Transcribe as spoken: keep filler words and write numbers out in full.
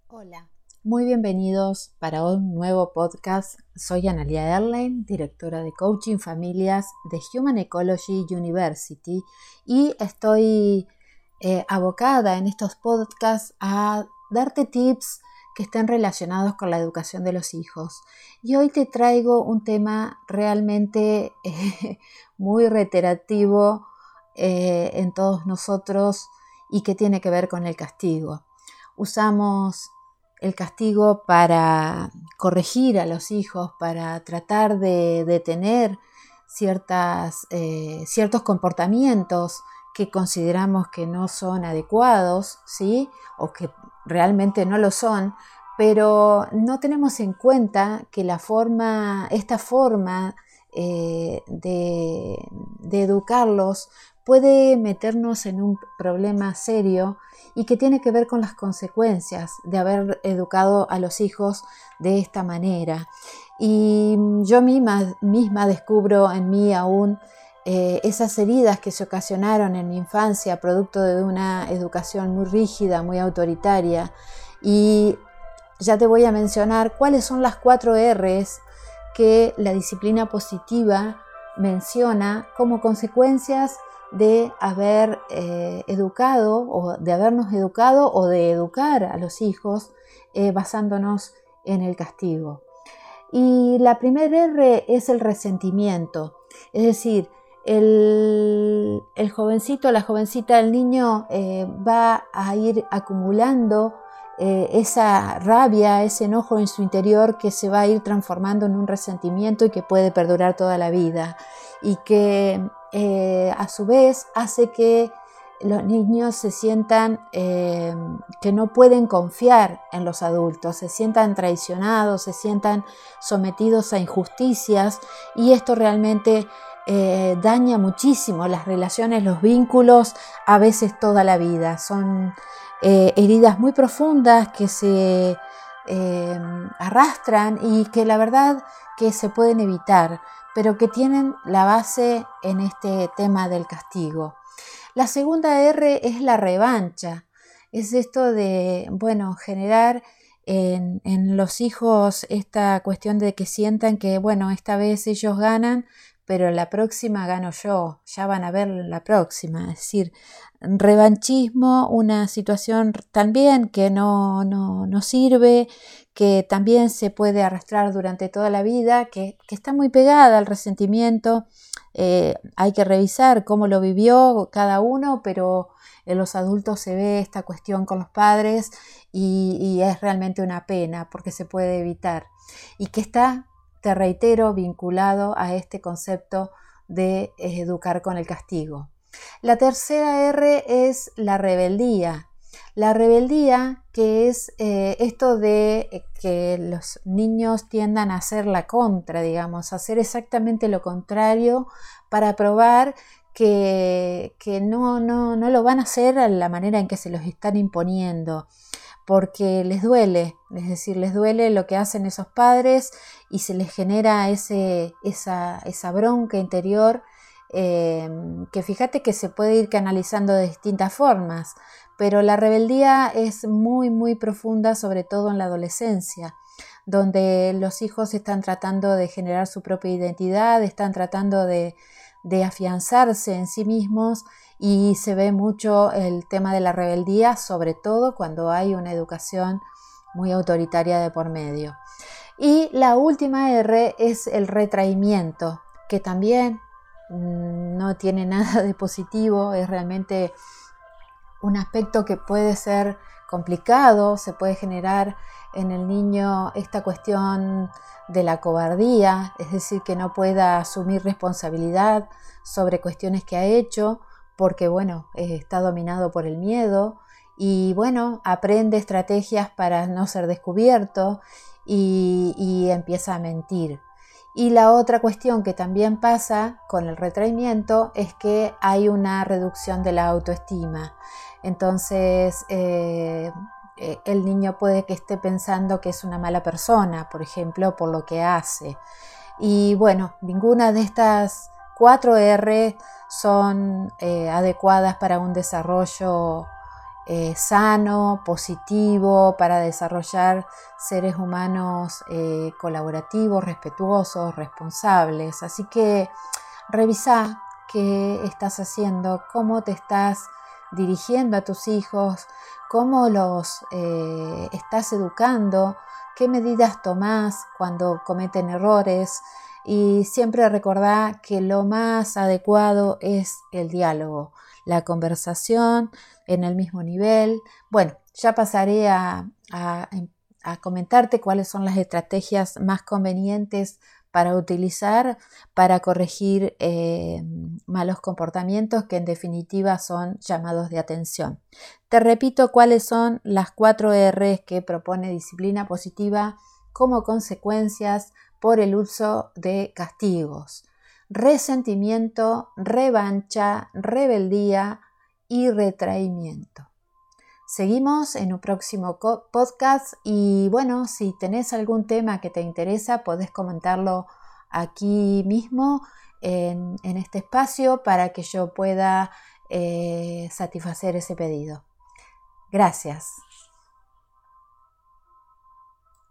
Hola, muy bienvenidos para un nuevo podcast. Soy Analia Erlein, directora de Coaching Familias de Human Ecology University y estoy eh, abocada en estos podcasts a darte tips que estén relacionados con la educación de los hijos. Y hoy te traigo un tema realmente eh, muy reiterativo eh, en todos nosotros y que tiene que ver con el castigo. Usamos el castigo para corregir a los hijos, para tratar de detener ciertas, eh, ciertos comportamientos que consideramos que no son adecuados, ¿sí? O que realmente no lo son, pero no tenemos en cuenta que la forma, esta forma eh, de, de educarlos puede meternos en un problema serio y que tiene que ver con las consecuencias de haber educado a los hijos de esta manera. Y yo misma, misma descubro en mí aún eh, esas heridas que se ocasionaron en mi infancia producto de una educación muy rígida, muy autoritaria. Y ya te voy a mencionar cuáles son las cuatro R's que la disciplina positiva menciona como consecuencias de haber eh, educado o de habernos educado o de educar a los hijos eh, basándonos en el castigo. Y la primera R es el resentimiento, es decir, el, el jovencito, la jovencita, el niño eh, va a ir acumulando eh, esa rabia, ese enojo en su interior que se va a ir transformando en un resentimiento y que puede perdurar toda la vida y que eh, a su vez hace que los niños se sientan eh, que no pueden confiar en los adultos, se sientan traicionados, se sientan sometidos a injusticias y esto realmente eh, daña muchísimo las relaciones, los vínculos, a veces toda la vida. Son eh, heridas muy profundas que se eh, arrastran y que la verdad que se pueden evitar, pero que tienen la base en este tema del castigo. La segunda R es la revancha, es esto de, bueno, generar en, en los hijos esta cuestión de que sientan que, bueno, esta vez ellos ganan, pero la próxima gano yo, ya van a ver la próxima, es decir, revanchismo, una situación también que no, no, no sirve, que también se puede arrastrar durante toda la vida, que, que está muy pegada al resentimiento. Eh, hay que revisar cómo lo vivió cada uno, pero en los adultos se ve esta cuestión con los padres y, y es realmente una pena porque se puede evitar y que está, te reitero, vinculado a este concepto de eh, educar con el castigo. La tercera R es la rebeldía. La rebeldía, que es eh, esto de que los niños tiendan a hacer la contra, digamos, a hacer exactamente lo contrario para probar que, que no, no, no lo van a hacer a la manera en que se los están imponiendo, porque les duele, es decir, les duele lo que hacen esos padres y se les genera ese, esa, esa bronca interior eh, que fíjate que se puede ir canalizando de distintas formas, pero la rebeldía es muy, muy profunda, sobre todo en la adolescencia, donde los hijos están tratando de generar su propia identidad, están tratando de, de afianzarse en sí mismos y se ve mucho el tema de la rebeldía, sobre todo cuando hay una educación muy autoritaria de por medio. Y la última R es el retraimiento, que también no tiene nada de positivo, es realmente un aspecto que puede ser complicado, se puede generar en el niño esta cuestión de la cobardía, es decir, que no pueda asumir responsabilidad sobre cuestiones que ha hecho, porque bueno, eh, está dominado por el miedo y bueno, aprende estrategias para no ser descubierto y, y empieza a mentir. Y la otra cuestión que también pasa con el retraimiento es que hay una reducción de la autoestima. Entonces, eh, el niño puede que esté pensando que es una mala persona, por ejemplo, por lo que hace. Y bueno, ninguna de estas cuatro R son eh, adecuadas para un desarrollo eh, sano, positivo, para desarrollar seres humanos eh, colaborativos, respetuosos, responsables. Así que revisá qué estás haciendo, cómo te estás dirigiendo a tus hijos, cómo los eh, estás educando, qué medidas tomás cuando cometen errores, y siempre recordá que lo más adecuado es el diálogo, la conversación en el mismo nivel. Bueno, ya pasaré a, a, a comentarte cuáles son las estrategias más convenientes para utilizar para corregir eh, malos comportamientos que en definitiva son llamados de atención. Te repito cuáles son las cuatro R's que propone Disciplina Positiva como consecuencias por el uso de castigos: resentimiento, revancha, rebeldía y retraimiento. Seguimos en un próximo podcast y bueno, si tenés algún tema que te interesa, podés comentarlo aquí mismo en, en este espacio para que yo pueda eh, satisfacer ese pedido. Gracias.